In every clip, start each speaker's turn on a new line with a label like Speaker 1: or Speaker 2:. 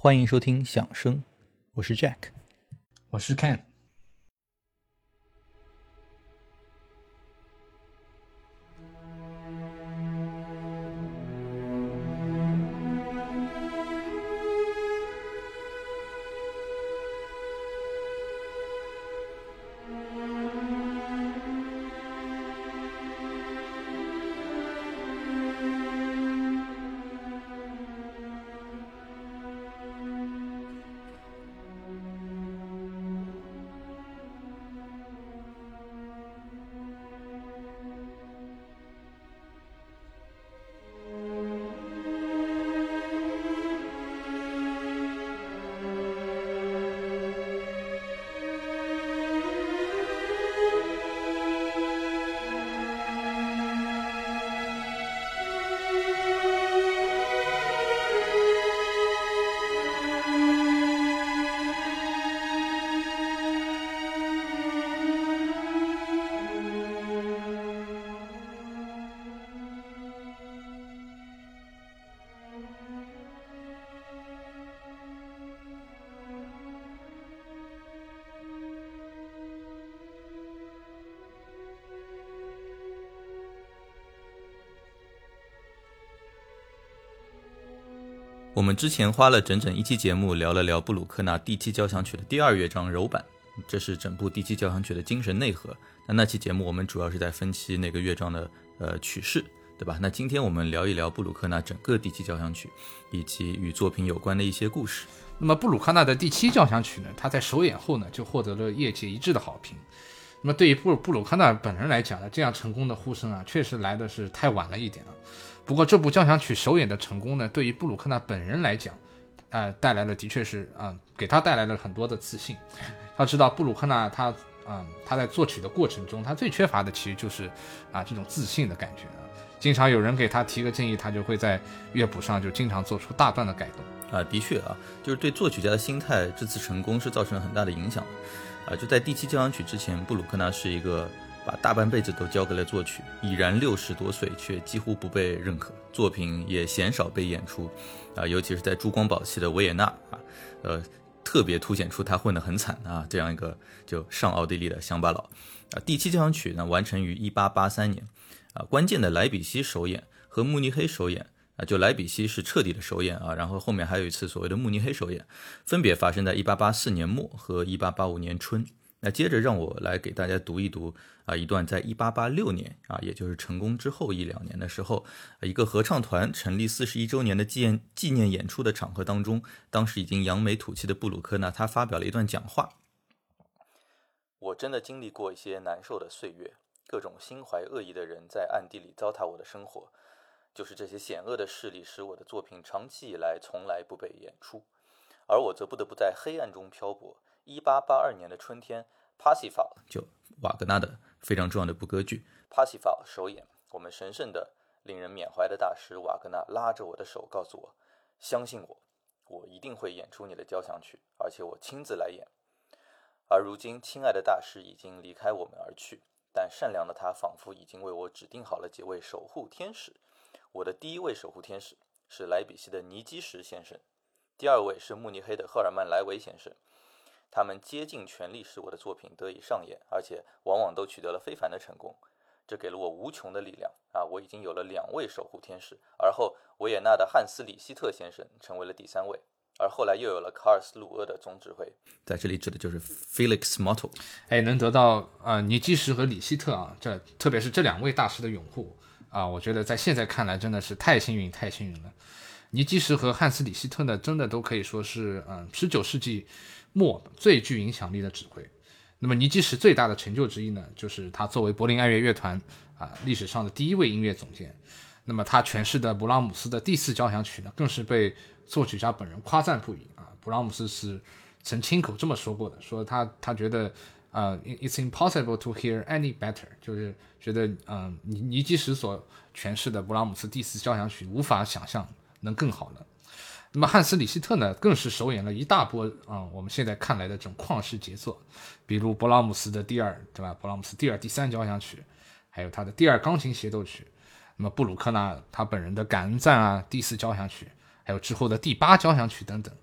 Speaker 1: 欢迎收听响声，我是 Jack，
Speaker 2: 我是 Ken。
Speaker 1: 我们之前花了整整一期节目聊了聊布鲁克纳第七交响曲的第二乐章柔板，这是整部第七交响曲的精神内核。那期节目我们主要是在分析那个乐章的曲式，对吧？那今天我们聊一聊布鲁克纳整个第七交响曲以及与作品有关的一些故事。
Speaker 2: 那么布鲁克纳的第七交响曲呢，它在首演后呢就获得了业界一致的好评。那么对于布鲁克纳本人来讲呢，这样成功的呼声啊，确实来的是太晚了一点了。不过这部交响曲首演的成功呢，对于布鲁克纳本人来讲，带来了的确是给他带来了很多的自信。要知道布鲁克纳他在作曲的过程中，他最缺乏的其实就是这种自信的感觉。经常有人给他提个建议，他就会在乐谱上就经常做出大段的改动。
Speaker 1: 的确就是对作曲家的心态，这次成功是造成了很大的影响。就在第七交响曲之前，布鲁克纳是一个把大半辈子都交给了作曲，已然60多岁，却几乎不被认可，作品也鲜少被演出。尤其是在珠光宝气的维也纳特别凸显出他混得很惨这样一个就上奥地利的乡巴佬。第七交响曲呢，完成于1883年。关键的莱比锡首演和慕尼黑首演，就莱比锡是彻底的首演然后后面还有一次所谓的慕尼黑首演，分别发生在1884年末和1885年春。那接着让我来给大家读一读一段在1886年也就是成功之后1-2年的时候，一个合唱团成立41周年的纪念演出的场合当中，当时已经扬眉吐气的布鲁克纳他发表了一段讲话。我真的经历过一些难受的岁月，各种心怀恶意的人在暗地里糟蹋我的生活，就是这些险恶的势力使我的作品长期以来从来不被演出，而我则不得不在黑暗中漂泊。1882年的春天， Parsifal 就瓦格纳的非常重要的部歌剧 Parsifal 首演，我们神圣的令人缅怀的大师瓦格纳拉着我的手告诉我，相信我，我一定会演出你的交响曲，而且我亲自来演。而如今亲爱的大师已经离开我们而去，但善良的他仿佛已经为我指定好了几位守护天使。我的第一位守护天使是莱比锡的尼基什先生，第二位是慕尼黑的赫尔曼莱维先生。他们竭尽全力使我的作品得以上演，而且往往都取得了非凡的成功，这给了我无穷的力量我已经有了2位守护天使。而后维也纳的汉斯里希特先生成为了第3位，而后来又有了卡尔斯鲁厄的总指挥，在这里指的就是 Felix Motto。
Speaker 2: 能得到尼基什和里希特特别是这2位大师的拥护我觉得在现在看来真的是太幸运了。尼基什和汉斯里希特呢，真的都可以说是19世纪末最具影响力的指挥。那么尼基什最大的成就之一呢，就是他作为柏林爱乐乐团历史上的第1位音乐总监。那么他诠释的勃拉姆斯的第4交响曲呢，更是被作曲家本人夸赞不已勃拉姆斯是曾亲口这么说过的，说他觉得it's impossible to hear any better， 就是觉得尼基什所诠释的勃拉姆斯第4交响曲无法想象能更好了。那么汉斯里希特呢，更是首演了一大波我们现在看来的这种旷世杰作，比如勃拉姆斯的第2，对吧？勃拉姆斯第2、第3交响曲，还有他的第2钢琴协奏曲。那么布鲁克纳他本人的感恩赞第4交响曲，还有之后的第8交响曲等等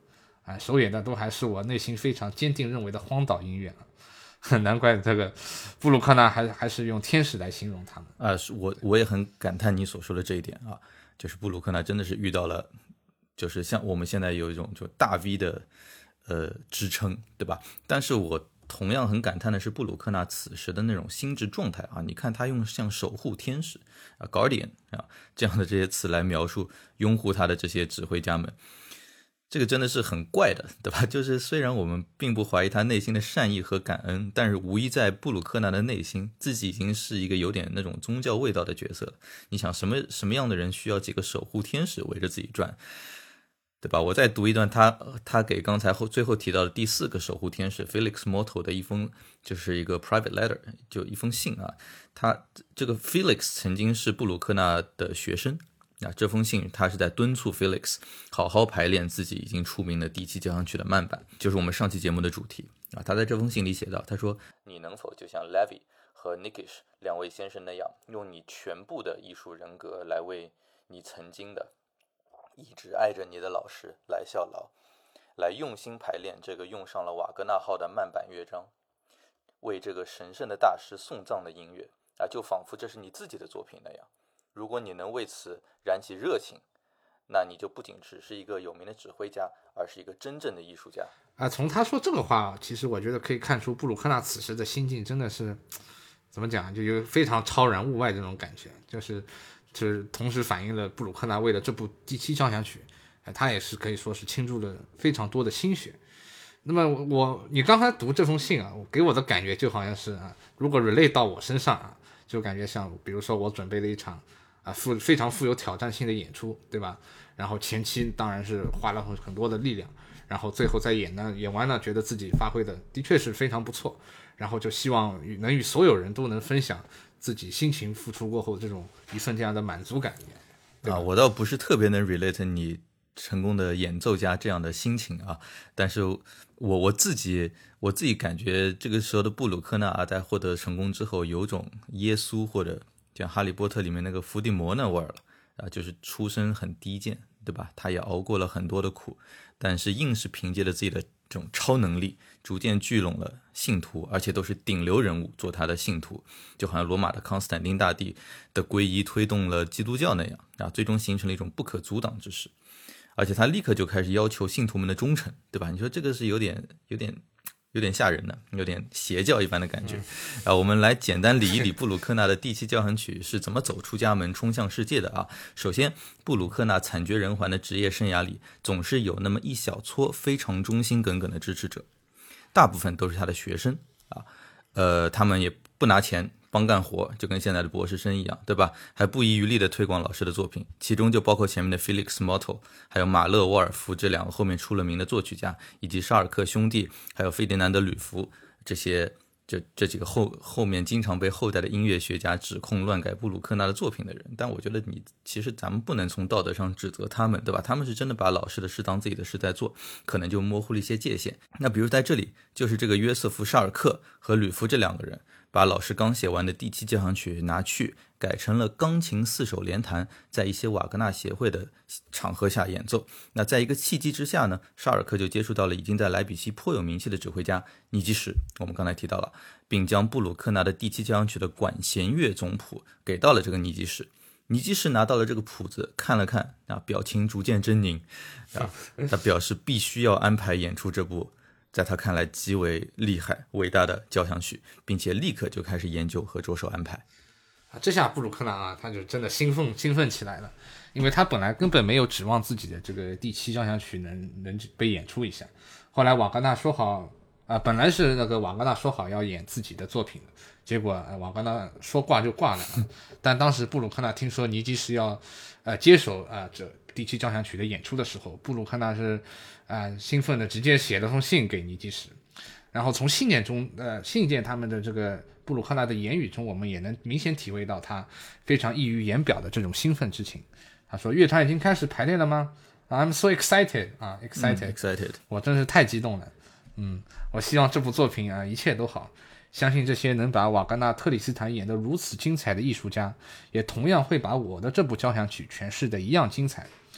Speaker 2: 首演的都还是我内心非常坚定认为的荒岛音乐难怪这个布鲁克纳还是用天使来形容他们
Speaker 1: 我也很感叹你所说的这一点啊，就是布鲁克纳真的是遇到了，就是像我们现在有一种就大 V 的支撑，对吧？但是我同样很感叹的是布鲁克纳此时的那种心智状态啊，你看他用像守护天使啊 Guardian 啊这样的这些词来描述拥护他的这些指挥家们，这个真的是很怪的，对吧？就是虽然我们并不怀疑他内心的善意和感恩，但是无疑在布鲁克纳的内心，自己已经是一个有点那种宗教味道的角色了。你想什么样的人需要几个守护天使围着自己转，对吧？我再读一段他给刚才最后提到的第4个守护天使 Felix Mortal 的一封，就是一个 private letter， 就一封信啊。他这个 Felix 曾经是布鲁克纳的学生。这封信他是在敦促 Felix 好好排练自己已经出名的第7交响曲的慢板，就是我们上期节目的主题啊。他在这封信里写道，他说：你能否就像 Levy 和 Nikish 2位先生那样，用你全部的艺术人格来为你曾经的一直爱着你的老师来效劳，来用心排练这个用上了瓦格纳号的慢板乐章，为这个神圣的大师送葬的音乐啊，就仿佛这是你自己的作品那样。如果你能为此燃起热情，那你就不仅只是一个有名的指挥家，而是一个真正的艺术家
Speaker 2: 从他说这个话，其实我觉得可以看出布鲁克纳此时的心境真的是怎么讲，就有非常超然物外这种感觉，就是同时反映了布鲁克纳为了这部第7交响曲，他也是可以说是倾注了非常多的心血。那么你刚才读这封信啊，给我的感觉就好像是如果 relate 到我身上就感觉像比如说我准备了一场非常富有挑战性的演出，对吧？然后前期当然是花了很多的力量，然后最后在演完呢，觉得自己发挥的确是非常不错，然后就希望能与所有人都能分享自己辛勤付出过后这种一份这样的满足感
Speaker 1: 我倒不是特别能 relate 你成功的演奏家这样的心情啊，但是我自己感觉这个时候的布鲁克纳在获得成功之后，有种耶稣或者像哈利波特里面那个伏地魔那味儿了就是出身很低贱，对吧？他也熬过了很多的苦，但是硬是凭借着自己的这种超能力，逐渐聚拢了信徒，而且都是顶流人物做他的信徒，就好像罗马的康斯坦丁大帝的皈依推动了基督教那样最终形成了一种不可阻挡之势。而且他立刻就开始要求信徒们的忠诚，对吧？你说这个是有点吓人的，有点邪教一般的感觉我们来简单理一理布鲁克纳的第7交响曲是怎么走出家门冲向世界的首先，布鲁克纳惨绝人寰的职业生涯里，总是有那么一小撮非常忠心耿耿的支持者，大部分都是他的学生他们也不拿钱帮干活，就跟现在的博士生一样，对吧？还不遗余力地推广老师的作品，其中就包括前面的 Felix Mortal， 还有马勒、沃尔夫这2个后面出了名的作曲家，以及沙尔克兄弟，还有费迪南德·吕弗这几个后面经常被后代的音乐学家指控乱改布鲁克纳的作品的人。但我觉得其实咱们不能从道德上指责他们，对吧？他们是真的把老师的事当自己的事在做，可能就模糊了一些界限。那比如在这里，就是这个约瑟夫·沙尔克和吕弗这2个人，把老师刚写完的第7交响曲拿去改成了钢琴4手联弹，在一些瓦格纳协会的场合下演奏。那在一个契机之下呢，沙尔克就接触到了已经在莱比锡颇有名气的指挥家尼基什，我们刚才提到了，并将布鲁克纳的第7交响曲的管弦乐总谱给到了这个尼基什。尼基什拿到了这个谱子看了看表情逐渐狰狞他表示必须要安排演出这部在他看来极为厉害伟大的交响曲，并且立刻就开始研究和着手安排
Speaker 2: 这下布鲁克纳他就真的兴奋起来了，因为他本来根本没有指望自己的这个第7交响曲能被演出一下。后来瓦格纳说好本来是那个瓦格纳说好要演自己的作品的，结果瓦格纳说挂就挂了但当时布鲁克纳听说尼基什要接手这第7交响曲的演出的时候，布鲁克纳是兴奋的直接写了封信给尼基什，然后从信件他们的这个布鲁克纳的言语中，我们也能明显体会到他非常溢于言表的这种兴奋之情。他说乐团已经开始排练了吗？ I'm so excited excited 我真是太激动了我希望这部作品一切都好，相信这些能把瓦格纳特里斯坦演得如此精彩的艺术家，也同样会把我的这部交响曲诠释得一样精彩。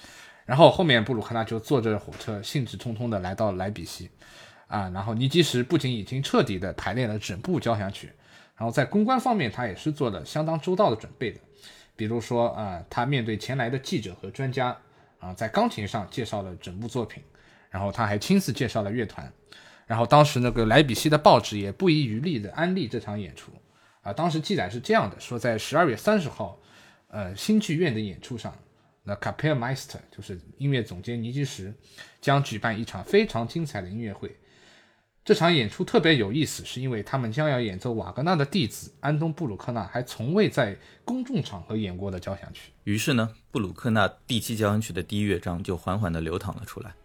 Speaker 2: 然后后面布鲁克纳就坐着火车兴致冲冲的来到莱比锡然后尼基什不仅已经彻底的排练了整部交响曲，然后在公关方面他也是做了相当周到的准备的。比如说他面对前来的记者和专家在钢琴上介绍了整部作品，然后他还亲自介绍了乐团，然后当时那个莱比锡的报纸也不遗余力的安利这场演出当时记载是这样的，说在12月30号新剧院的演出上，那 Kapellmeister 就是音乐总监尼基什将举办一场非常精彩的音乐会。这场演出特别有意思，是因为他们将要演奏瓦格纳的弟子安东·布鲁克纳还从未在公众场合演过的交响曲。
Speaker 1: 于是呢，布鲁克纳第7交响曲的第1乐章就缓缓地流淌了出来。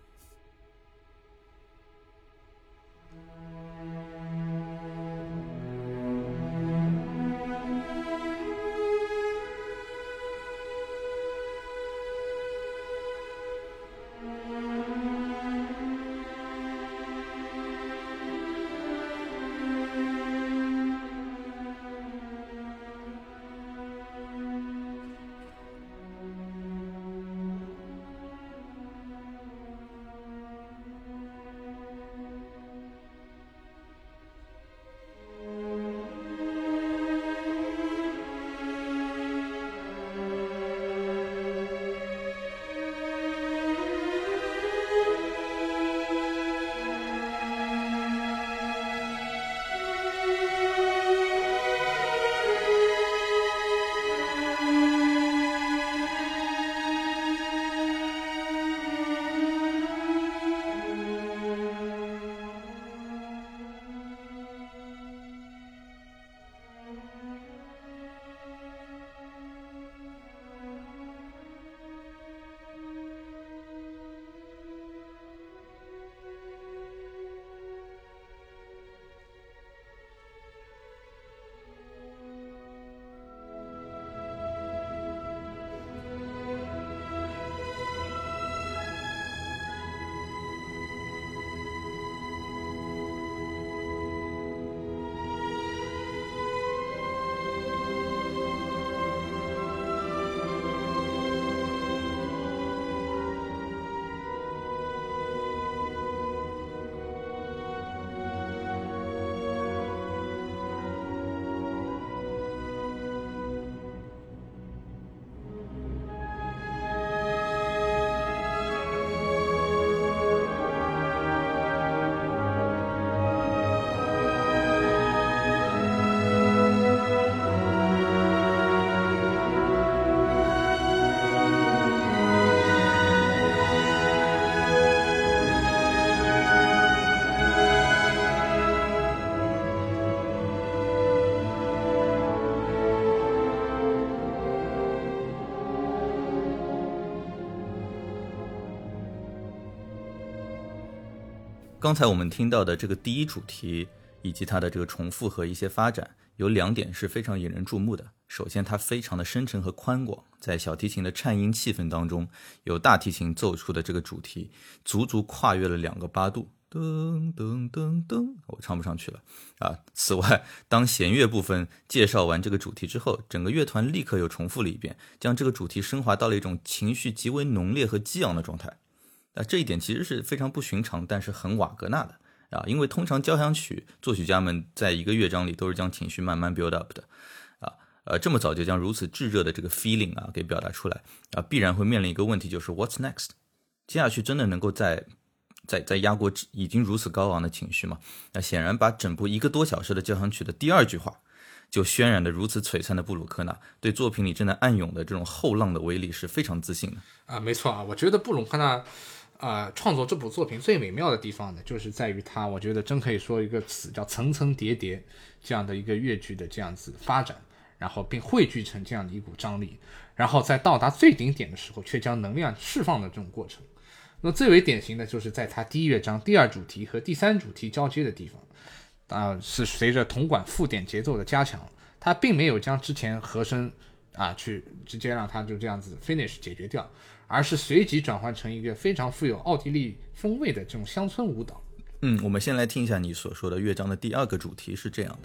Speaker 1: 刚才我们听到的这个第一主题以及它的这个重复和一些发展，有2点是非常引人注目的。首先，它非常的深沉和宽广，在小提琴的颤音气氛当中，有大提琴奏出的这个主题，足足跨越了2个8度，噔噔噔噔，我唱不上去了此外，当弦乐部分介绍完这个主题之后，整个乐团立刻又重复了一遍，将这个主题升华到了一种情绪极为浓烈和激昂的状态。这一点其实是非常不寻常，但是很瓦格纳的因为通常交响曲作曲家们在一个乐章里都是将情绪慢慢 build up 的这么早就将如此炙热的这个 feeling 给表达出来必然会面临一个问题，就是 what's next？ 接下去真的能够再压过已经如此高昂的情绪吗？那显然把整部1个多小时的交响曲的第2句话就渲染的如此璀璨的布鲁克纳，对作品里正在暗涌的这种后浪的威力是非常自信的
Speaker 2: 没错我觉得布鲁克纳创作这部作品最美妙的地方呢，就是在于它，我觉得真可以说一个词叫层层叠叠这样的一个乐句的这样子发展，然后并汇聚成这样的一股张力，然后在到达最顶点的时候却将能量释放的这种过程。那最为典型的就是在它第1乐章第2主题和第3主题交接的地方是随着铜管附点节奏的加强，它并没有将之前和声去直接让它就这样子 finish 解决掉，而是随即转换成一个非常富有奥地利风味的这种乡村舞蹈。
Speaker 1: 我们先来听一下你所说的乐章的第2个主题是这样的。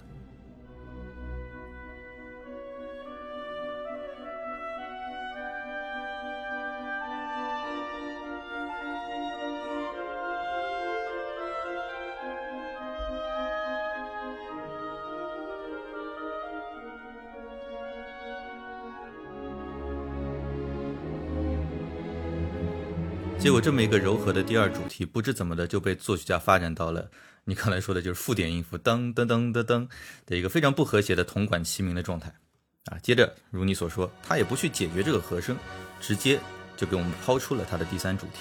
Speaker 1: 结果这么一个柔和的第二主题，不知怎么的就被作曲家发展到了你刚才说的就是附点音符噔噔噔噔噔的一个非常不和谐的铜管齐鸣的状态啊。接着如你所说，他也不去解决这个和声，直接就给我们抛出了他的第三主题。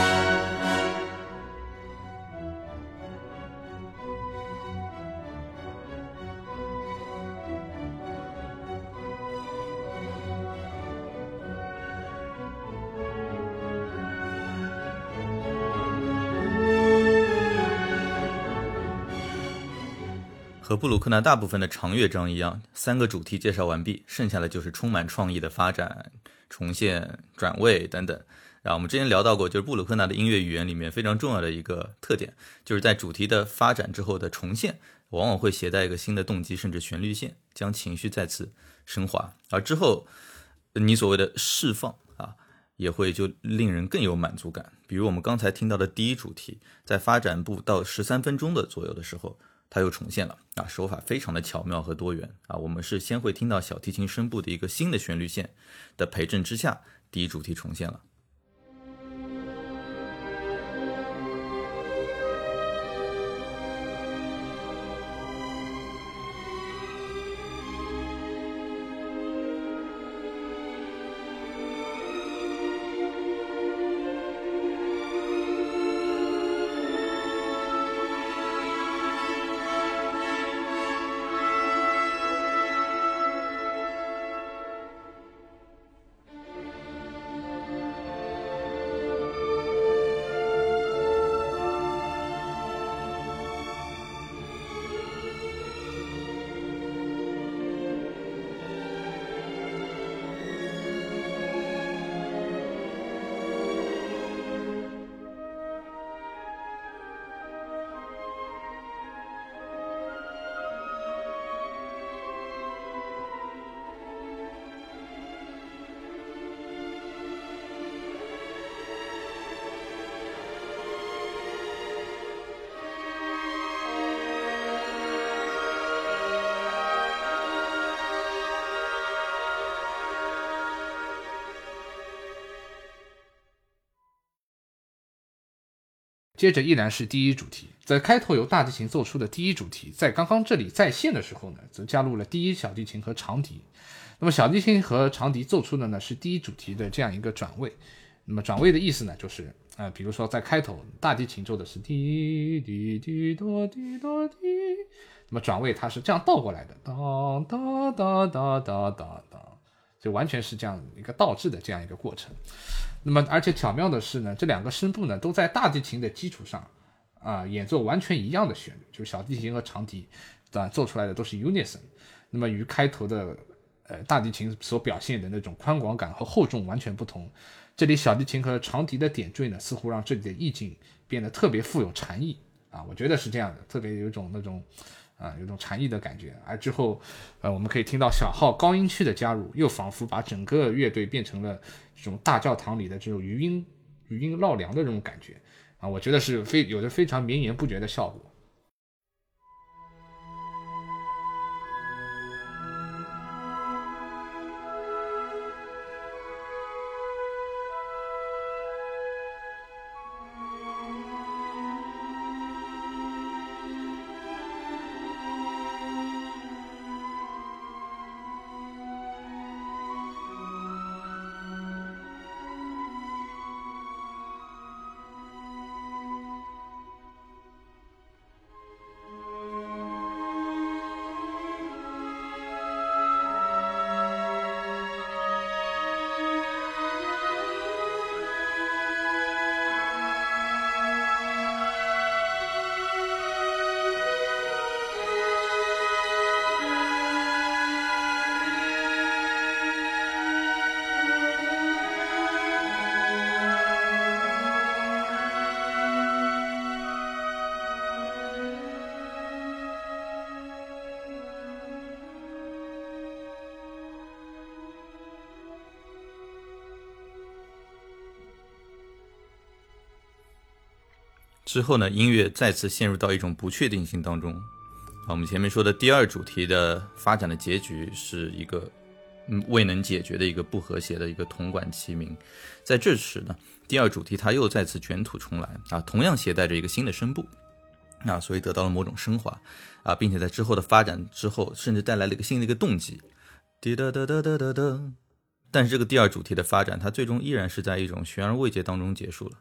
Speaker 1: 和布鲁克纳大部分的长乐章一样，3个主题介绍完毕，剩下的就是充满创意的发展、重现、转位等等。我们之前聊到过，就是布鲁克纳的音乐语言里面非常重要的一个特点，就是在主题的发展之后的重现，往往会携带一个新的动机甚至旋律线，将情绪再次升华。而之后你所谓的释放也会就令人更有满足感。比如我们刚才听到的第一主题，在发展部到13分钟的左右的时候，它又重现了手法非常的巧妙和多元我们是先会听到小提琴声部的一个新的旋律线的陪衬之下，第一主题重现了。
Speaker 2: 接着依然是第一主题，在开头由大提琴奏出的第一主题，在刚刚这里再现的时候呢，则加入了第一小提琴和长笛。那么小提琴和长笛奏出的呢是第一主题的这样一个转位。那么转位的意思呢，就是比如说在开头大提琴奏的是滴滴滴哆滴哆滴，那么转位它是这样倒过来的，当当当当当当当，就完全是这样一个倒置的这样一个过程。那么而且巧妙的是呢，这两个声部呢都在大提琴的基础上演奏完全一样的旋律，就是小提琴和长笛奏出来的都是 unison。 那么与开头的大提琴所表现的那种宽广感和厚重完全不同，这里小提琴和长笛的点缀呢，似乎让这里的意境变得特别富有禅意我觉得是这样的，特别有种那种有种禅意的感觉。而之后我们可以听到小号高音区的加入，又仿佛把整个乐队变成了这种大教堂里的这种余音绕梁的这种感觉我觉得是有着非常绵延不绝的效果。
Speaker 1: 之后呢，音乐再次陷入到一种不确定性当中。我们前面说的第二主题的发展的结局是一个未能解决的一个不和谐的一个铜管齐鸣。在这时呢， 第二主题它又再次卷土重来啊，同样携带着一个新的声部啊，所以得到了某种升华啊，并且在之后的发展之后，甚至带来了一个新的一个动机。滴答答答答答答。但是这个第二主题的发展，它最终依然是在一种悬而未决当中结束了。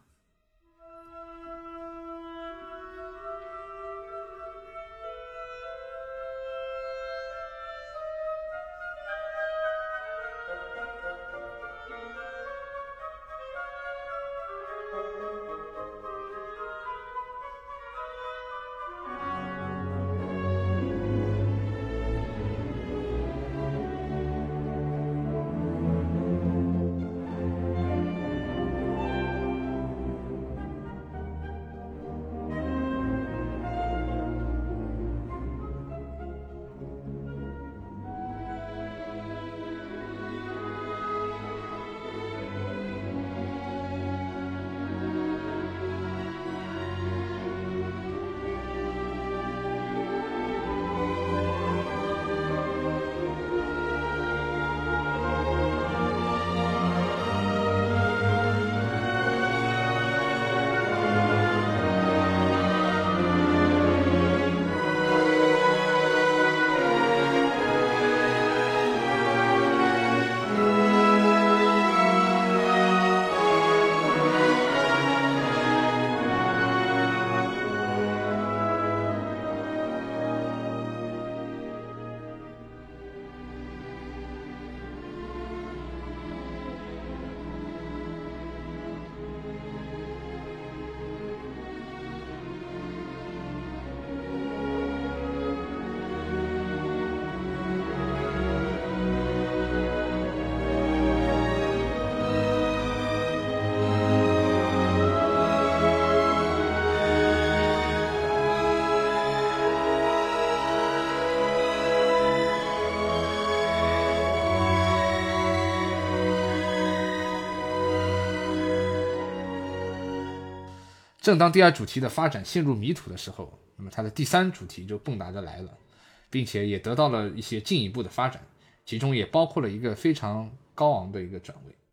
Speaker 2: 正当第二主题的发展陷入迷途的时候，那么它的第三主题就蹦跶着来了，并且也得到了一些进一步的发展，其中也包括了一个非常高昂的一个转位。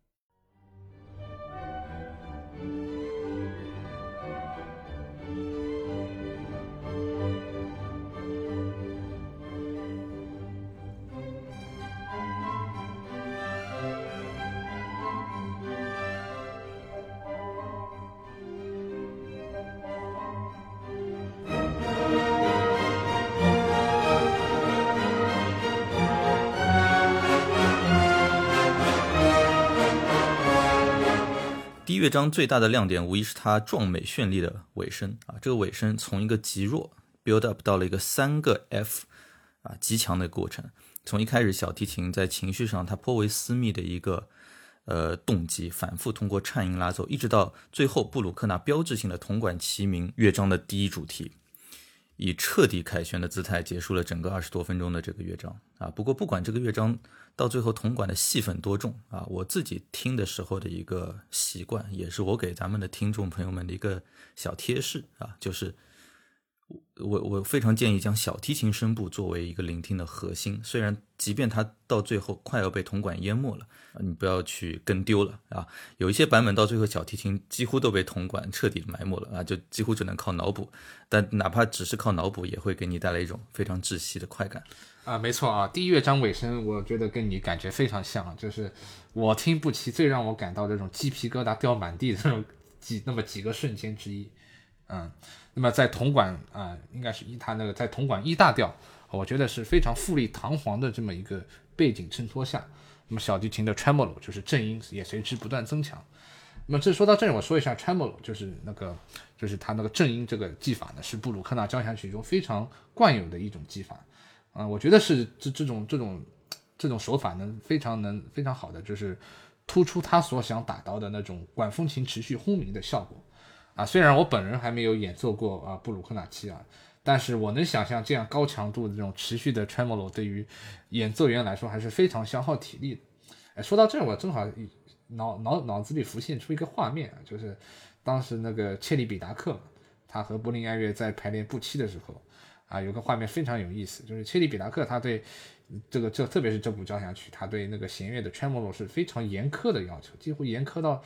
Speaker 1: 第一乐章最大的亮点无疑是它壮美绚丽的尾声啊，这个尾声从一个极弱 build up 到了一个3个 F 啊极强的过程。从一开始小提琴在情绪上它颇为私密的一个动机，反复通过颤音拉奏，一直到最后布鲁克纳标志性的铜管齐鸣乐章的第一主题，以彻底凯旋的姿态结束了整个20多分钟的这个乐章啊。不过不管这个乐章到最后铜管的戏份多重啊，我自己听的时候的一个习惯，也是我给咱们的听众朋友们的一个小贴士啊，就是我非常建议将小提琴声部作为一个聆听的核心，虽然即便它到最后快要被铜管淹没了，你不要去跟丢了啊。有一些版本到最后小提琴几乎都被铜管彻底埋没了啊，就几乎只能靠脑补，但哪怕只是靠脑补也会给你带来一种非常窒息的快感
Speaker 2: 啊。没错啊，第一乐章尾声我觉得跟你感觉非常像，就是我听不齐最让我感到这种鸡皮疙瘩掉满地的这种那么几个瞬间之一。那么在铜管应该是他那个在铜管E大调，我觉得是非常富丽堂皇的这么一个背景衬托下，那么小提琴的 tremolo 就是正音也随之不断增强。那么这说到这里，我说一下 tremolo 就是他那个正音这个技法呢，是布鲁克纳交响曲中非常惯有的一种技法。我觉得是这种手法能非常好的就是突出他所想达到的那种管风琴持续轰鸣的效果。虽然我本人还没有演奏过布鲁克纳7但是我能想象这样高强度的这种持续的 tremolo 对于演奏员来说还是非常消耗体力的。说到这儿，我正好脑子里浮现出一个画面就是当时那个切利比达克他和柏林爱乐在排练布7的时候有个画面非常有意思，就是切利比达克他对这特别是这部交响曲，他对那个弦乐的 tremolo 是非常严苛的要求，几乎严苛到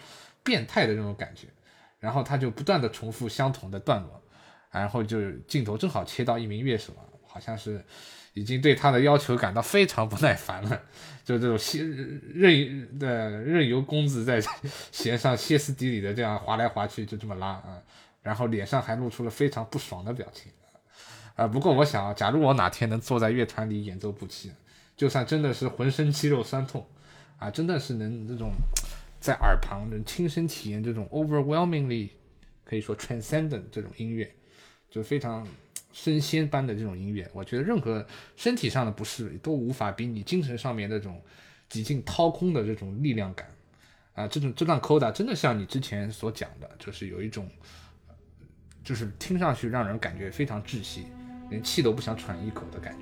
Speaker 2: 变态的这种感觉，然后他就不断的重复相同的段落，然后就镜头正好切到一名乐手啊，好像是已经对他的要求感到非常不耐烦了，就这种任由公子在弦上歇斯底里的这样划来划去，就这么拉啊，然后脸上还露出了非常不爽的表情不过我想假如我哪天能坐在乐团里演奏步器，就算真的是浑身肌肉酸痛真的是能这种在耳旁能亲身体验这种 overwhelmingly 可以说 transcendent 这种音乐，就非常升仙般的这种音乐，我觉得任何身体上的不适都无法比你精神上面的这种几近掏空的这种力量感这段 coda 真的像你之前所讲的，就是有一种就是听上去让人感觉非常窒息，连气都不想喘一口的感觉。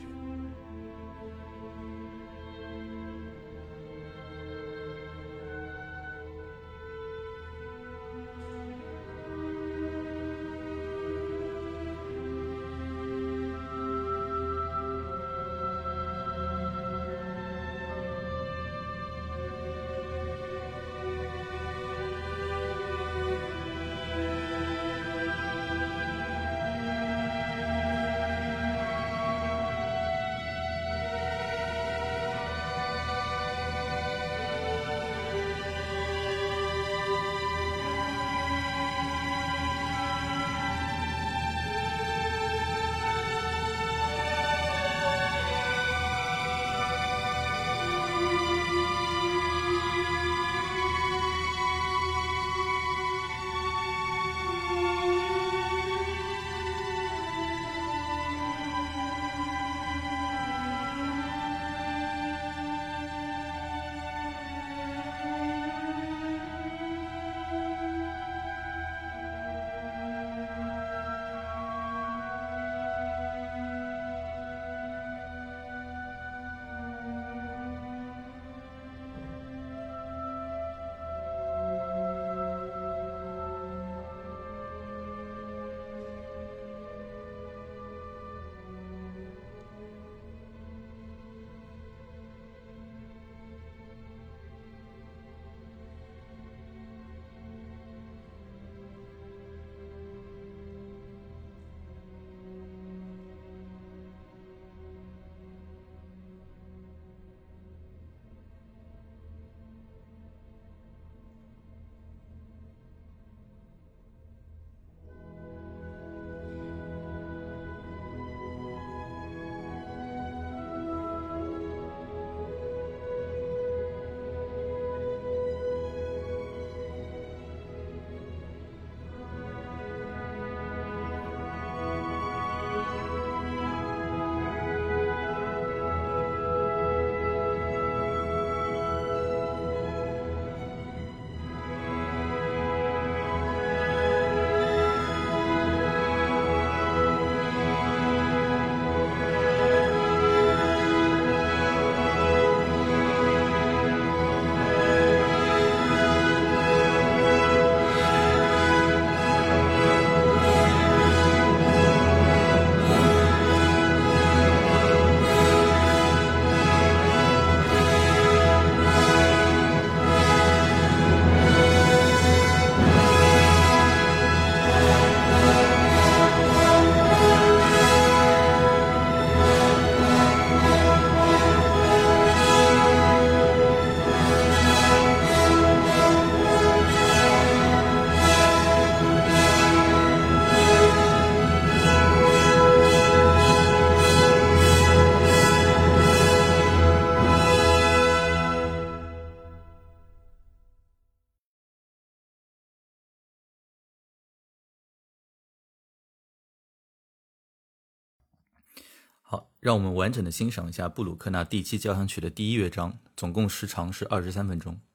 Speaker 1: 好，让我们完整的欣赏一下布鲁克纳第7交响曲的第1乐章，总共时长是23分钟。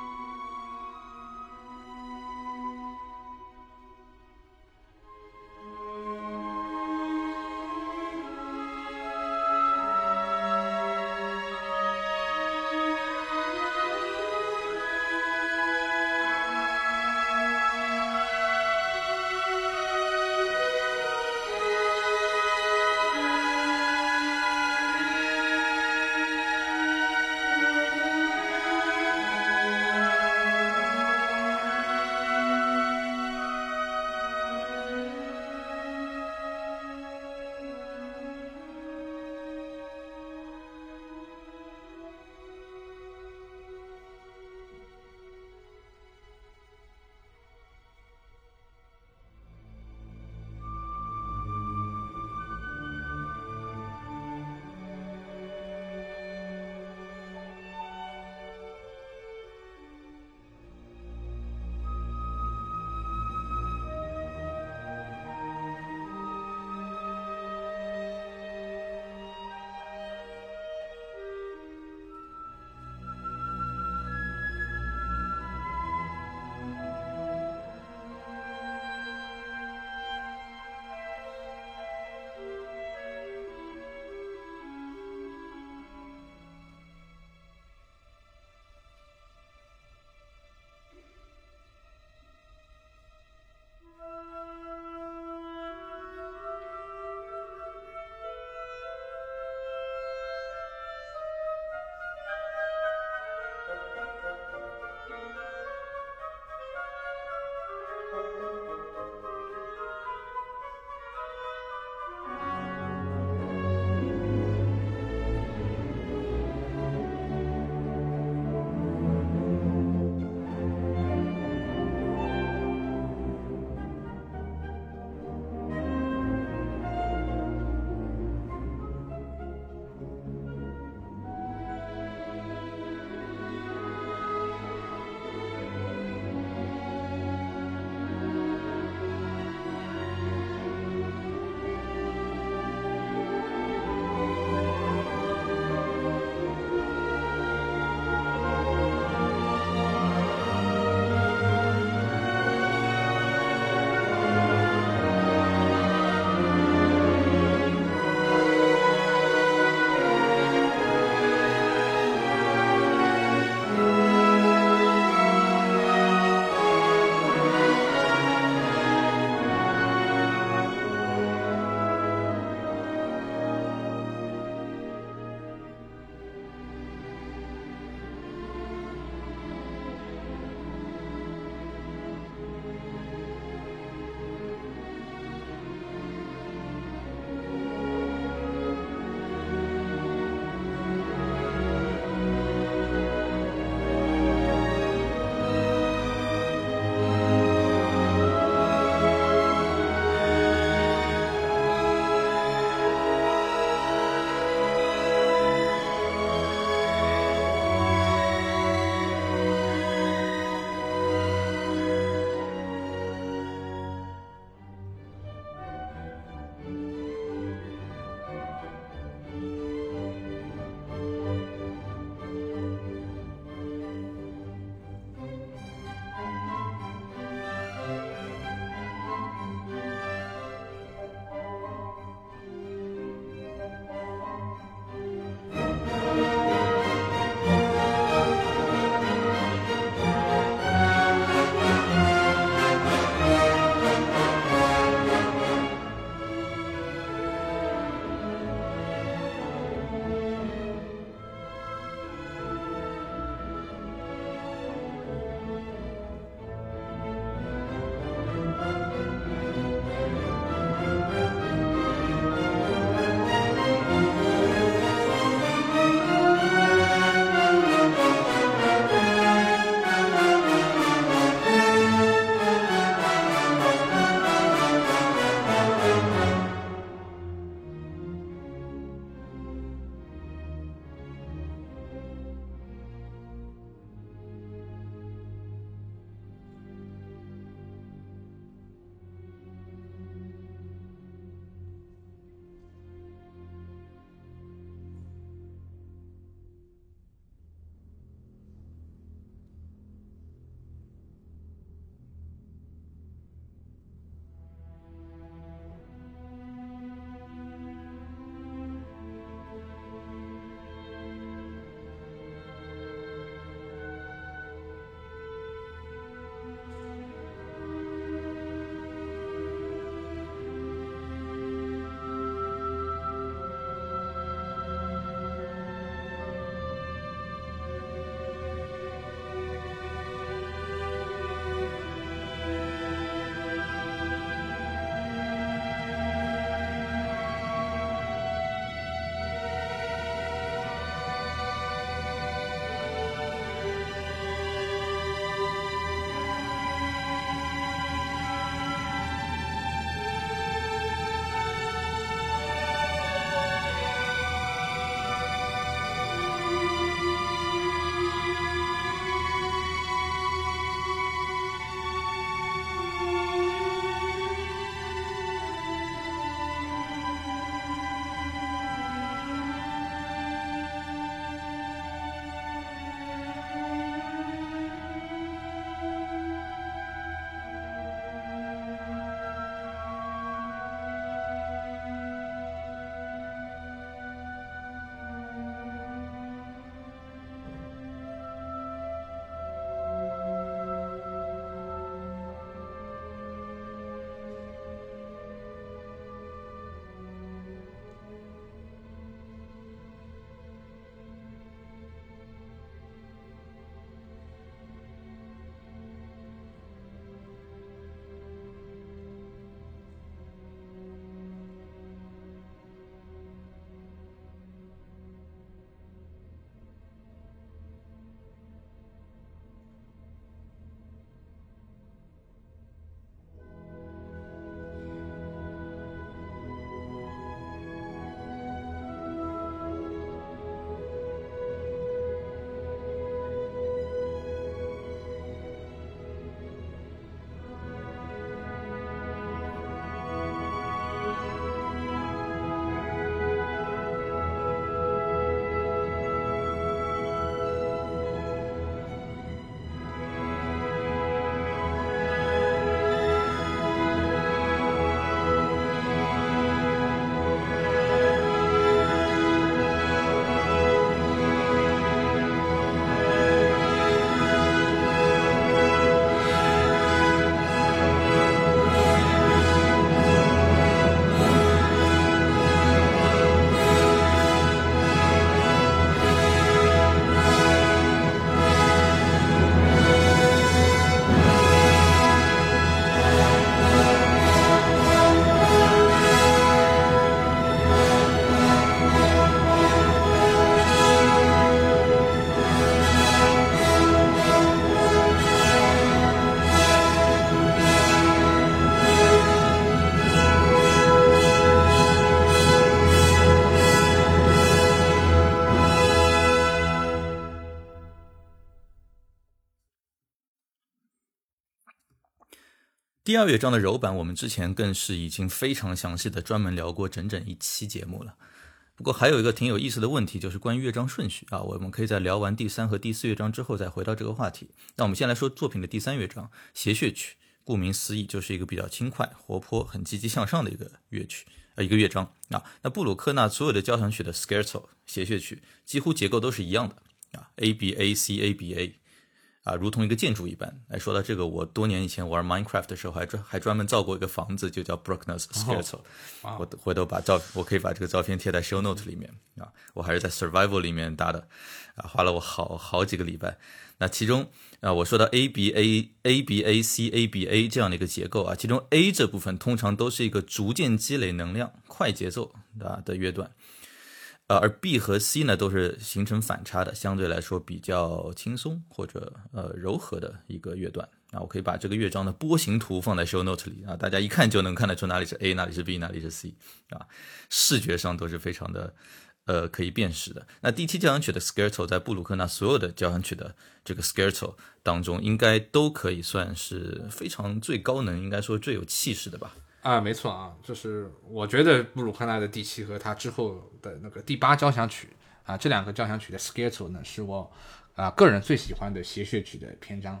Speaker 1: 第2乐章的柔板，我们之前更是已经非常详细的专门聊过整整一期节目了。不过还有一个挺有意思的问题，就是关于乐章顺序啊，我们可以在聊完第3和第4乐章之后再回到这个话题。那我们先来说作品的第3乐章，谐谑曲。顾名思义，就是一个比较轻快、活泼、很积极向上的一个乐章啊。那布鲁克纳所有的交响曲的 scherzo 谐谑曲，几乎结构都是一样的啊 ，A B A C A B A。啊，如同一个建筑一般。说到这个，我多年以前玩 Minecraft 的时候还专门造过一个房子，就叫 Bruckner's Scherzo。我回头我可以把这个照片贴在 show note 里面啊。我还是在 Survival 里面搭的啊，花了我好几个礼拜。那其中我说到 A B A C A B A 这样的一个结构啊，其中 A 这部分通常都是一个逐渐积累能量、快节奏的乐段。而 B 和 C 呢都是形成反差的，相对来说比较轻松或者柔和的一个乐段。我可以把这个乐章的波形图放在 show note 里啊，大家一看就能看得出哪里是 A， 哪里是 B， 哪里是 C 啊，视觉上都是非常的可以辨识的。那第7交响曲的 Scherzo 在布鲁克纳所有的交响曲的这个 Scherzo 当中，应该都可以算是非常最高能，应该说最有气势的吧。
Speaker 2: 没错啊，就是我觉得布鲁克纳的第7和他之后的那个第8交响曲啊，这2个交响曲的 Scherzo 呢，是我个人最喜欢的谐谑曲的篇章。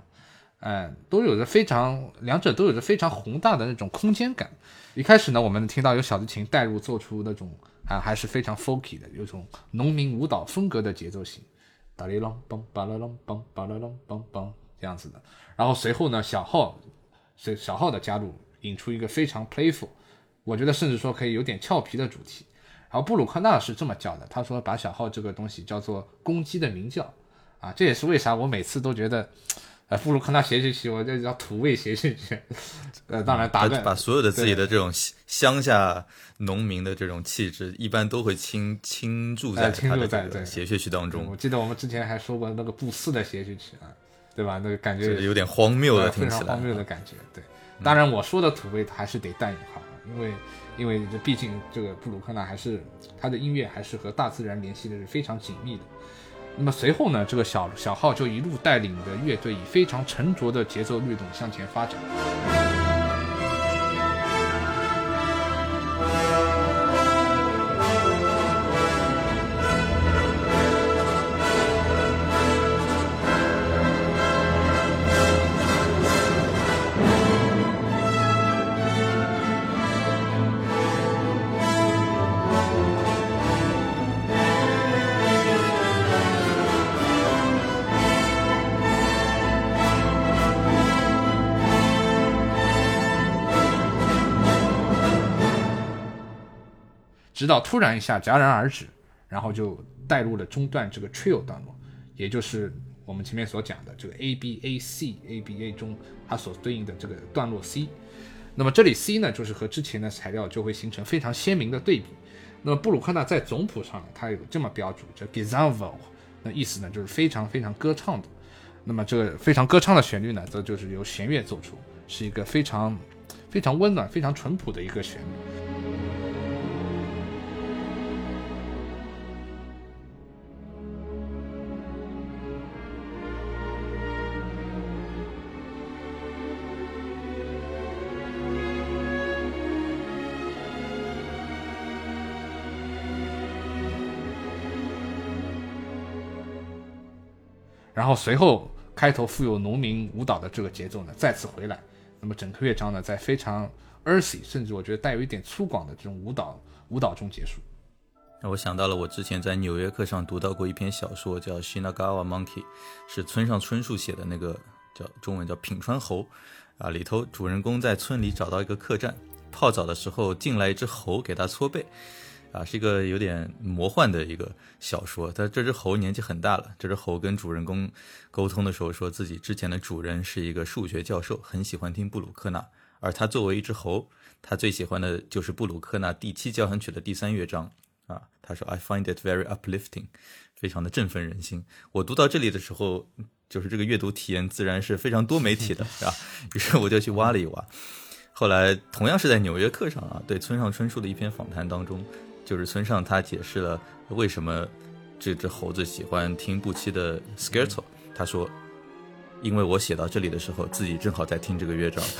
Speaker 2: 两者都有着非常宏大的那种空间感。一开始呢，我们听到有小提琴带入，做出那种还是非常 folky 的，有种农民舞蹈风格的节奏型，哒哩啷梆巴啦啷梆巴啦啷梆梆这样子的。然后随后呢，小号的加入，引出一个非常 playful， 我觉得甚至说可以有点俏皮的主题。然后布鲁克纳是这么叫的，他说把小号这个东西叫做公鸡的鸣叫啊，这也是为啥我每次都觉得布鲁克纳谐谑曲我就叫土味谐谑曲。当然
Speaker 1: 把所有的自己的这种乡下农民的这种气质一般都会倾注在他的这个谐谑曲当中。
Speaker 2: 我记得我们之前还说过那个布斯的谐谑曲啊，对吧？那个感觉
Speaker 1: 有点荒谬的，听起来
Speaker 2: 非常荒谬的感觉。对，当然我说的土味还是得带引号，因为这毕竟这个布鲁克纳还是他的音乐还是和大自然联系的是非常紧密的。那么随后呢，这个小号就一路带领的乐队以非常沉着的节奏律动向前发展。直到突然一下戛然而止，然后就带入了中段这个 trio 段落，也就是我们前面所讲的这个 ABAC 中它所对应的这个段落 C。那么这里 C 呢，就是和之前的材料就会形成非常鲜明的对比。那么布鲁克纳在总谱上呢，它有这么标注，这 Gesangvoll， 那意思呢就是非常非常歌唱的。那么这个非常歌唱的旋律呢，则就是由弦乐奏出，是一个非常非常温暖、非常淳朴的一个旋律。然后随后开头富有农民舞蹈的这个节奏呢再次回来，那么整个乐章呢在非常 earthy， 甚至我觉得带有一点粗犷的这种舞蹈中结束。
Speaker 1: 我想到了我之前在纽约客上读到过一篇小说叫 Shinagawa Monkey， 是村上春树写的，那个中文叫品川猴啊，里头主人公在村里找到一个客栈，泡澡的时候进来一只猴给他搓背啊，是一个有点魔幻的一个小说。但这只猴年纪很大了，这只猴跟主人公沟通的时候说自己之前的主人是一个数学教授，很喜欢听布鲁克纳，而他作为一只猴，他最喜欢的就是布鲁克纳第7交响曲的第3乐章啊。他说 I find it very uplifting， 非常的振奋人心。我读到这里的时候，就是这个阅读体验自然是非常多媒体的啊，于是我就去挖了一挖。后来同样是在纽约客上啊，对村上春树的一篇访谈当中，就是村上他解释了为什么这只猴子喜欢听布奇的 Scherzo。他说因为我写到这里的时候，自己正好在听这个乐章。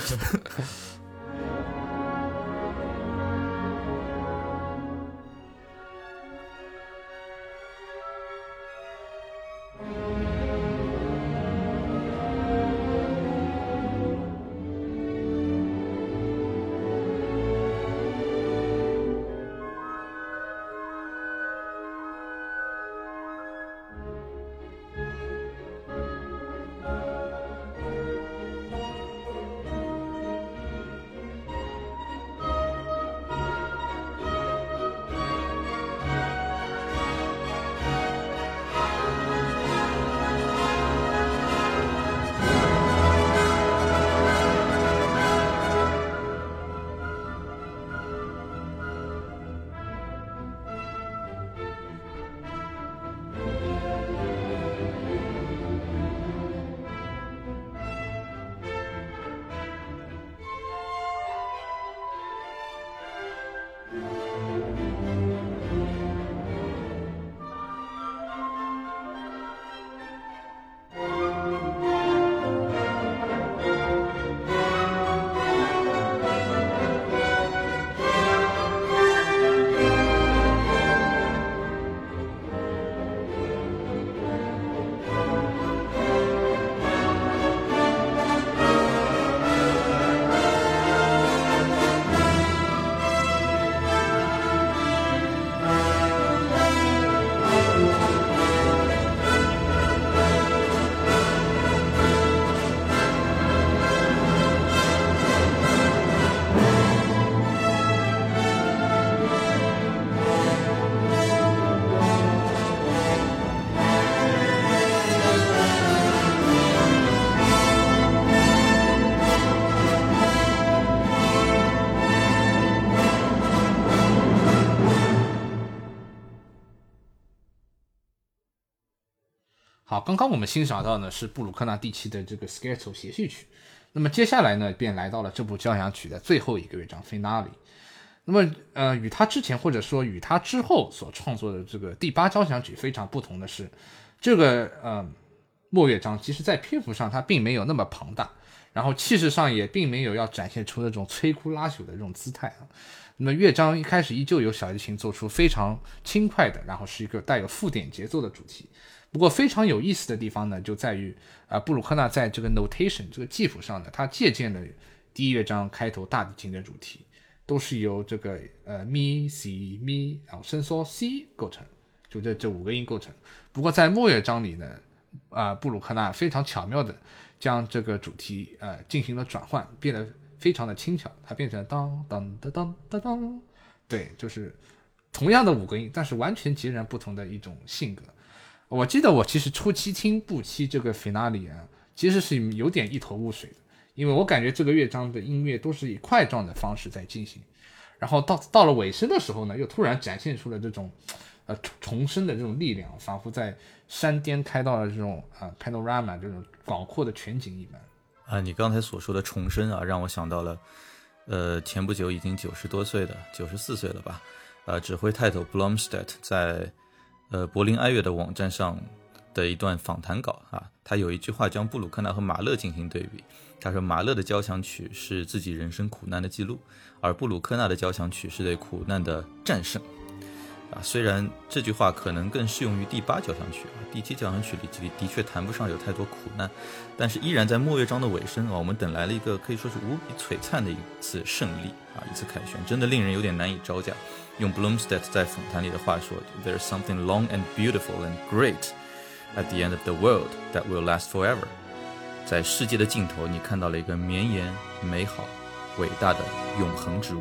Speaker 2: 好，刚刚我们欣赏到呢是布鲁克纳第7的这个 Scherzo 协序曲，那么接下来呢便来到了这部交响曲的最后一个乐章 Finale。那么与他之前或者说与他之后所创作的这个第8交响曲非常不同的是，这个末乐章其实在篇幅上它并没有那么庞大，然后气势上也并没有要展现出那种摧枯拉朽的这种姿态啊。那么乐章一开始依旧由小提琴做出非常轻快的，然后是一个带有附点节奏的主题。不过非常有意思的地方呢，就在于布鲁克纳在这个 notation 这个记谱上呢，他借鉴了第一乐章开头大提琴的主题，都是由这个咪 C 咪然后升嗦 C 构成，就这5个音构成。不过在末乐章里呢，布鲁克纳非常巧妙的将这个主题进行了转换，变得非常的轻巧，它变成当当当当当当，对，就是同样的5个音，但是完全截然不同的一种性格。我记得我其实初期听布7这个 Finale 其实是有点一头雾水的，因为我感觉这个乐章的音乐都是以块状的方式在进行，然后到了尾声的时候呢，又突然展现出了这种重生的这种力量，仿佛在山巅开到了这种panorama 这种广阔的全景一般。
Speaker 1: 你刚才所说的重生让我想到了前不久已经90多岁的94岁了吧，指挥泰斗 Blomstedt 在柏林爱乐的网站上的一段访谈稿他有一句话将布鲁克纳和马勒进行对比。他说马勒的交响曲是自己人生苦难的记录，而布鲁克纳的交响曲是对苦难的战胜。虽然这句话可能更适用于第8交响曲，第7交响曲里的确谈不上有太多苦难，但是依然在末乐章的尾声我们等来了一个可以说是无比璀璨的一次胜利一次凯旋，真的令人有点难以招架。用 Blomstedt 在访谈里的话说 There's something long and beautiful and great at the end of the world that will last forever。 在世界的尽头，你看到了一个绵延、美好、伟大的永恒之物。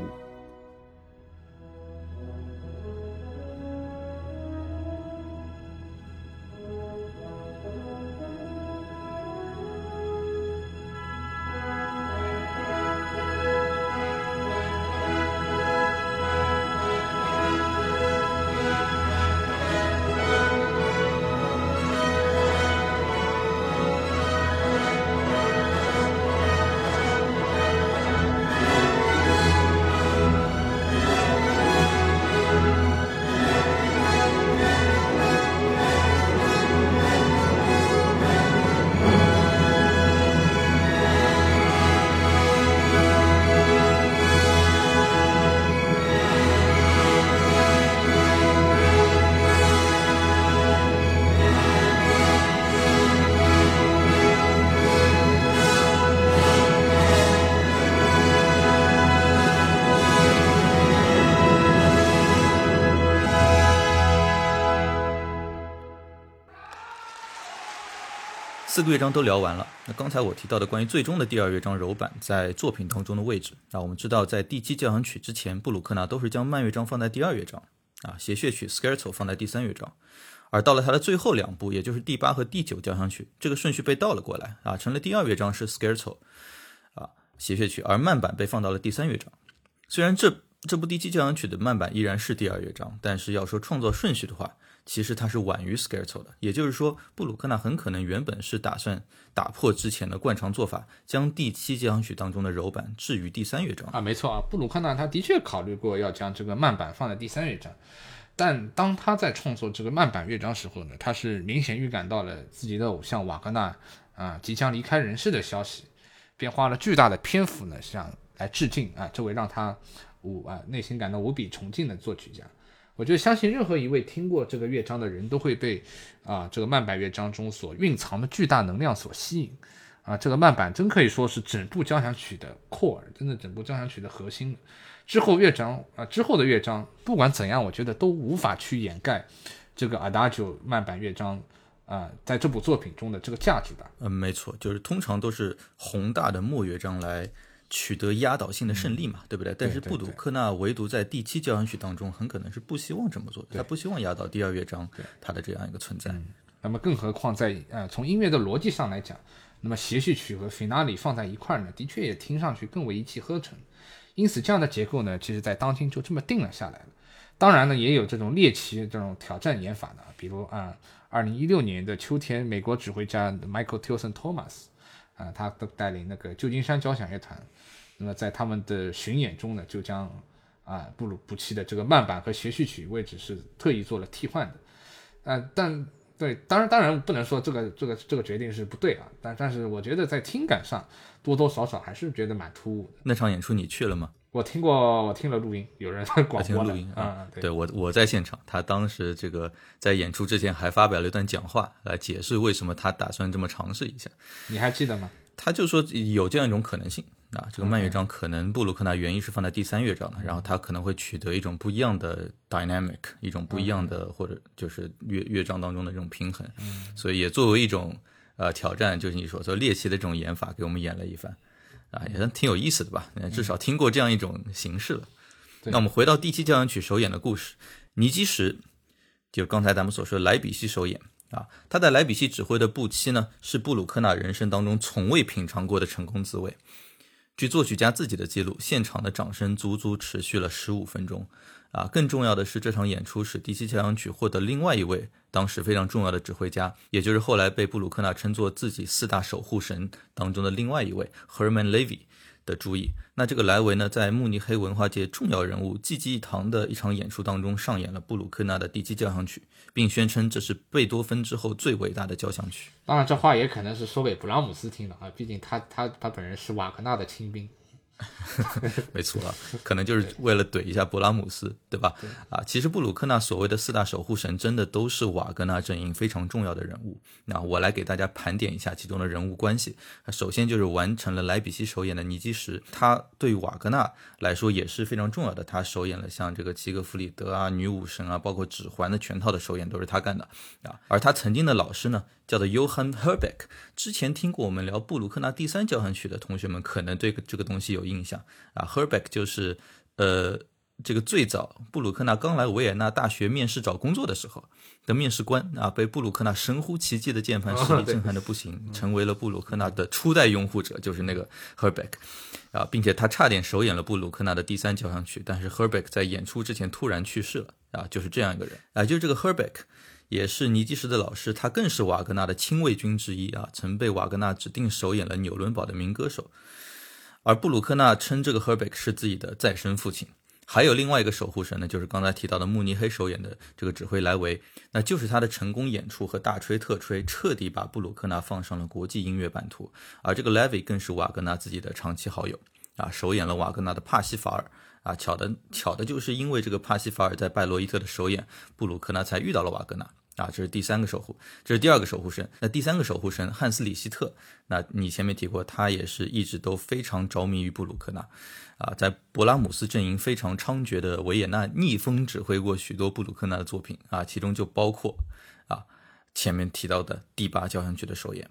Speaker 1: 4个乐章都聊完了。那刚才我提到的关于最终的第2乐章柔板在作品当中的位置，我们知道在第7交响曲之前，布鲁克纳都是将慢乐章放在第2乐章，谐谑曲 Scherzo 放在第3乐章，而到了他的最后2部，也就是第8和第9交响曲，这个顺序被倒了过来，成了第2乐章是 Scherzo，谐谑曲，而慢板被放到了第3乐章。虽然这部第7交响曲的慢板依然是第2乐章，但是要说创作顺序的话，其实它是晚于 Scherzo 的，也就是说布鲁克纳很可能原本是打算打破之前的惯常做法，将第7交响曲当中的柔板置于第3乐章。
Speaker 2: 没错布鲁克纳他的确考虑过要将这个慢板放在第3乐章，但当他在创作这个慢板乐章时候呢，他是明显预感到了自己的偶像瓦格纳即将离开人世的消息，便花了巨大的篇幅呢想来致敬这位让他内心感到无比崇敬的作曲家。我觉得相信任何一位听过这个乐章的人都会被这个慢板乐章中所蕴藏的巨大能量所吸引这个慢板真可以说是整部交响曲的 core， 真的整部交响曲的核心。之后的乐章不管怎样，我觉得都无法去掩盖这个 Adagio 慢板乐章在这部作品中的这个价值吧。
Speaker 1: 没错，就是通常都是宏大的末乐章来取得压倒性的胜利嘛，对不对？但是布鲁克纳唯独在第7交响曲当中很可能是不希望这么做的，他不希望压倒第2乐章他的这样一个存在。
Speaker 2: 那么更何况在从音乐的逻辑上来讲，那么谐谑曲和 finale 放在一块呢，的确也听上去更为一气呵成。因此这样的结构呢，其实在当今就这么定了下来了。当然呢，也有这种猎奇这种挑战演法的，比如2016年的秋天，美国指挥家 Michael Tilson Thomas他带领那个旧金山交响乐团，那么在他们的巡演中呢，就将布鲁布奇的这个慢板和谐谑曲位置是特意做了替换的。当然不能说这个决定是不对但是我觉得在听感上多多少少还是觉得蛮突兀的。
Speaker 1: 那场演出你去了吗？
Speaker 2: 我听了录音，有人广播了。
Speaker 1: 对，我在现场，他当时这个在演出之前还发表了一段讲话来解释为什么他打算这么尝试一下。
Speaker 2: 你还记得吗？
Speaker 1: 他就说有这样一种可能性这个慢乐章可能布鲁克纳原意是放在第3乐章的，然后他可能会取得一种不一样的 dynamic， 一种不一样的或者就是乐章当中的这种平衡，所以也作为一种挑战，就是你说猎奇的这种演法给我们演了一番也是挺有意思的吧，至少听过这样一种形式了。那我们回到第7交响曲首演的故事，尼基什就是刚才咱们所说的莱比锡首演他在莱比锡指挥的布7呢，是布鲁克纳人生当中从未品尝过的成功滋味。据作曲家自己的记录，现场的掌声足足持续了15分钟更重要的是，这场演出使第7交响曲获得另外一位当时非常重要的指挥家，也就是后来被布鲁克纳称作自己4大守护神当中的另外一位 Herman Levy 的注意。那这个莱维呢，在慕尼黑文化界重要人物济济一堂的一场演出当中上演了布鲁克纳的第7交响曲，并宣称这是贝多芬之后最伟大的交响曲。
Speaker 2: 当然这话也可能是说给布拉姆斯听的毕竟他本人是瓦格纳的亲兵。
Speaker 1: 没错可能就是为了怼一下勃拉姆斯，对吧？其实布鲁克纳所谓的4大守护神真的都是瓦格纳阵营非常重要的人物。那我来给大家盘点一下其中的人物关系。首先就是完成了莱比锡首演的尼基什，他对于瓦格纳来说也是非常重要的，他首演了像这个齐格弗里德女武神包括指环的全套的首演都是他干的而他曾经的老师呢叫做 Johann Herbeck， 之前听过我们聊布鲁克纳第3交响曲的同学们可能对这个东西有印象Herbeck 就是这个最早布鲁克纳刚来维也纳大学面试找工作的时候的面试官被布鲁克纳神乎其技的键盘实力震撼的不行成为了布鲁克纳的初代拥护者，就是那个 Herbeck并且他差点首演了布鲁克纳的第3交响曲，但是 Herbeck 在演出之前突然去世了就是这样一个人就是这个 Herbeck也是尼基什的老师，他更是瓦格纳的亲卫军之一曾被瓦格纳指定首演了纽伦堡的民歌手。而布鲁克纳称这个 Herbeck 是自己的再生父亲。还有另外一个守护神呢，就是刚才提到的慕尼黑首演的这个指挥莱维，那就是他的成功演出和大吹特吹彻底把布鲁克纳放上了国际音乐版图。而这个莱维更是瓦格纳自己的长期好友首演了瓦格纳的帕西法尔巧的就是因为这个帕西法尔在拜罗伊特的首演，布鲁克纳才遇到了瓦格纳这是第3个守护，这是第2个守护神。那第3个守护神汉斯里希特，那你前面提过，他也是一直都非常着迷于布鲁克纳在勃拉姆斯阵营非常猖獗的维也纳逆风指挥过许多布鲁克纳的作品其中就包括前面提到的第8交响曲的首演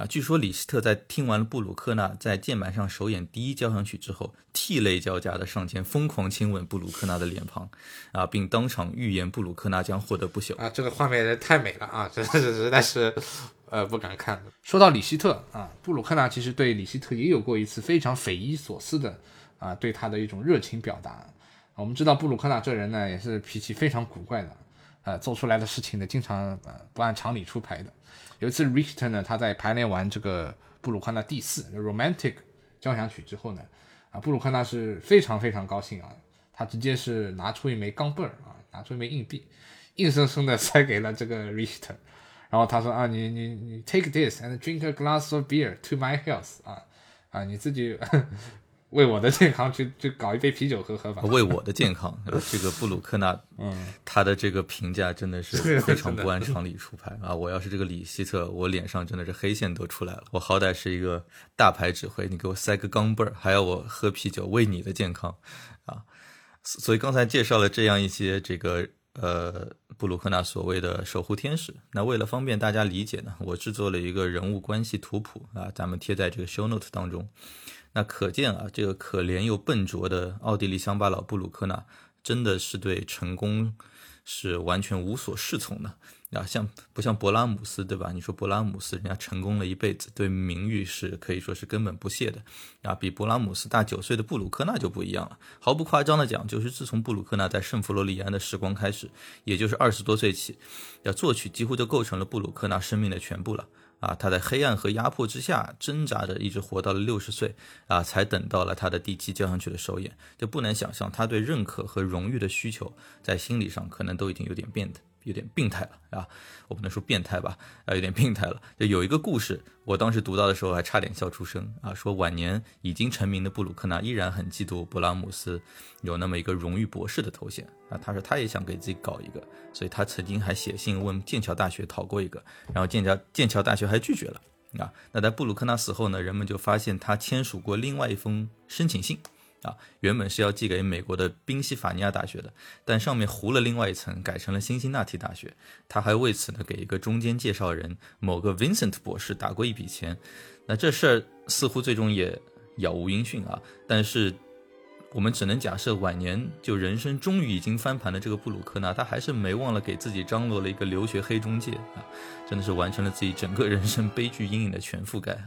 Speaker 1: 据说李希特在听完了布鲁克纳在键盘上首演第一交响曲之后，涕泪交加的上前疯狂亲吻布鲁克纳的脸庞并当场预言布鲁克纳将获得不朽
Speaker 2: 这个画面太美了啊，真的是实在是不敢看。说到李希特布鲁克纳其实对李希特也有过一次非常匪夷所思的对他的一种热情表达。我们知道布鲁克纳这人呢也是脾气非常古怪的做出来的事情呢经常不按常理出牌的。有一次 Richter 呢他在排练完这个布鲁克纳第4 Romantic 交响曲之后呢布鲁克纳是非常非常高兴他直接是拿出一枚钢镚拿出一枚硬币，硬生生的塞给了这个 Richter， 然后他说你 take this and drink a glass of beer to my health 你自己为我的健康去搞一杯啤酒喝吧。
Speaker 1: 为我的健康这个布鲁克纳他的这个评价真的是非常不按常理出牌我要是这个李希特，我脸上真的是黑线都出来了。我好歹是一个大牌指挥，你给我塞个钢镚还要我喝啤酒，为你的健康所以刚才介绍了这样一些这个布鲁克纳所谓的守护天使。那为了方便大家理解呢，我制作了一个人物关系图谱咱们贴在这个 show note 当中。那可见这个可怜又笨拙的奥地利乡巴佬布鲁克纳真的是对成功是完全无所适从的不像勃拉姆斯，对吧？你说勃拉姆斯人家成功了一辈子，对名誉是可以说是根本不屑的比勃拉姆斯大9岁的布鲁克纳就不一样了。毫不夸张的讲，就是自从布鲁克纳在圣弗罗里安的时光开始，也就是20多岁起作曲几乎就构成了布鲁克纳生命的全部了他在黑暗和压迫之下挣扎着，一直活到了60岁才等到了他的第7交响曲的首演。就不难想象他对认可和荣誉的需求在心理上可能都已经有点病态了我不能说变态吧有点病态了。就有一个故事，我当时读到的时候还差点笑出声说晚年已经成名的布鲁克纳依然很嫉妒勃拉姆斯有那么一个荣誉博士的头衔他说他也想给自己搞一个，所以他曾经还写信问剑桥大学讨过一个，然后剑桥大学还拒绝了那在布鲁克纳死后呢，人们就发现他签署过另外一封申请信原本是要寄给美国的宾夕法尼亚大学的，但上面糊了另外一层，改成了辛辛那提大学。他还为此呢给一个中间介绍人某个 Vincent 博士打过一笔钱。那这事儿似乎最终也杳无音讯但是我们只能假设晚年就人生终于已经翻盘的这个布鲁克纳，他还是没忘了给自己张罗了一个留学黑中介真的是完成了自己整个人生悲剧阴影的全覆盖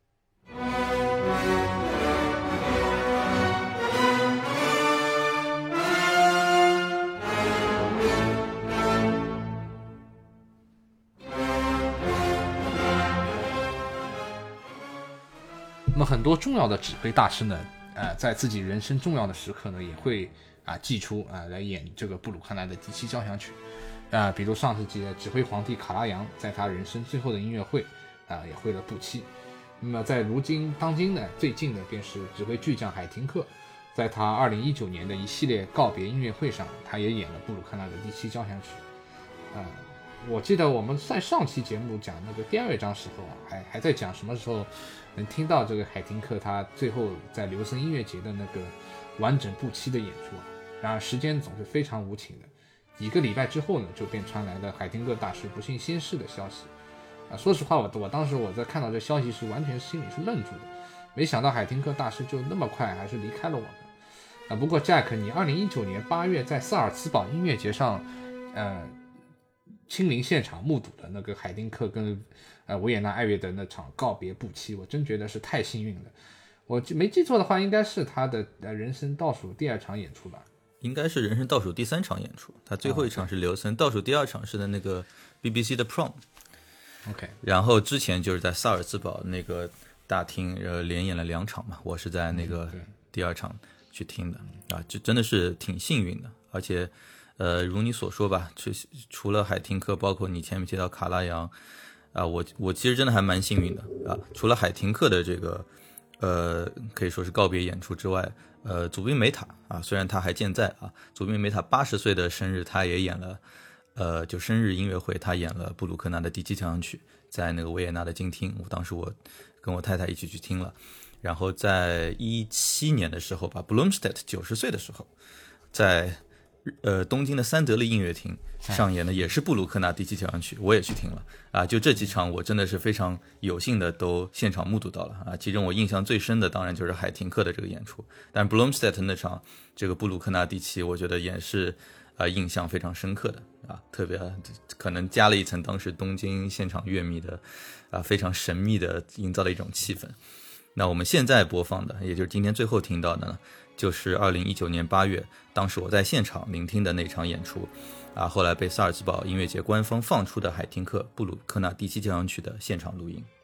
Speaker 2: 那么很多重要的指挥大师呢在自己人生重要的时刻呢，也会祭出来演这个布鲁克纳的第7交响曲比如上世纪的指挥皇帝卡拉扬在他人生最后的音乐会也会了布七。那么在当今呢，最近的便是指挥巨匠海廷克，在他2019年的一系列告别音乐会上，他也演了布鲁克纳的第7交响曲我记得我们在上期节目讲那个第2乐章时候还在讲什么时候能听到这个海廷克他最后在琉森音乐节的那个完整布期的演出然而时间总是非常无情的，几个礼拜之后呢，就便传来了海廷克大师不幸仙逝的消息说实话我当时在看到这消息时完全心里是愣住的，没想到海廷克大师就那么快还是离开了我们不过 Jack 你2019年8月在萨尔茨堡音乐节上亲临现场目睹的那个海丁克跟维也纳爱乐的那场告别布期，我真觉得是太幸运了。我没记错的话，应该是他的人生倒数第2场演出吧？
Speaker 1: 应该是人生倒数第3场演出，他最后一场是琉森，倒数第2场是的那个 BBC 的 Prom。OK， 然后之前就是在萨尔茨堡那个大厅连演了2场嘛，我是在那个第2场去听的这真的是挺幸运的，而且。如你所说吧，除了海廷克，包括你前面提到卡拉扬我其实真的还蛮幸运的除了海廷克的这个可以说是告别演出之外祖宾梅塔虽然他还健在祖宾梅塔80岁的生日他也演了就生日音乐会，他演了布鲁克纳的第7交响曲，在那个维也纳的金厅，当时我跟我太太一起去听了。然后在17年的时候吧，布鲁姆斯特90岁的时候，在东京的三得利音乐厅上演的也是布鲁克纳第7交响曲，我也去听了啊。就这几场我真的是非常有幸的都现场目睹到了啊。其中我印象最深的当然就是海廷克的这个演出，但 Blomstedt 那场这个布鲁克纳第7我觉得也是印象非常深刻的啊，特别可能加了一层当时东京现场乐迷的非常神秘的营造的一种气氛。那我们现在播放的，也就是今天最后听到的呢，就是2019年8月，当时我在现场聆听的那场演出后来被萨尔茨堡音乐节官方放出的海廷克布鲁克纳第7交响曲的现场录音。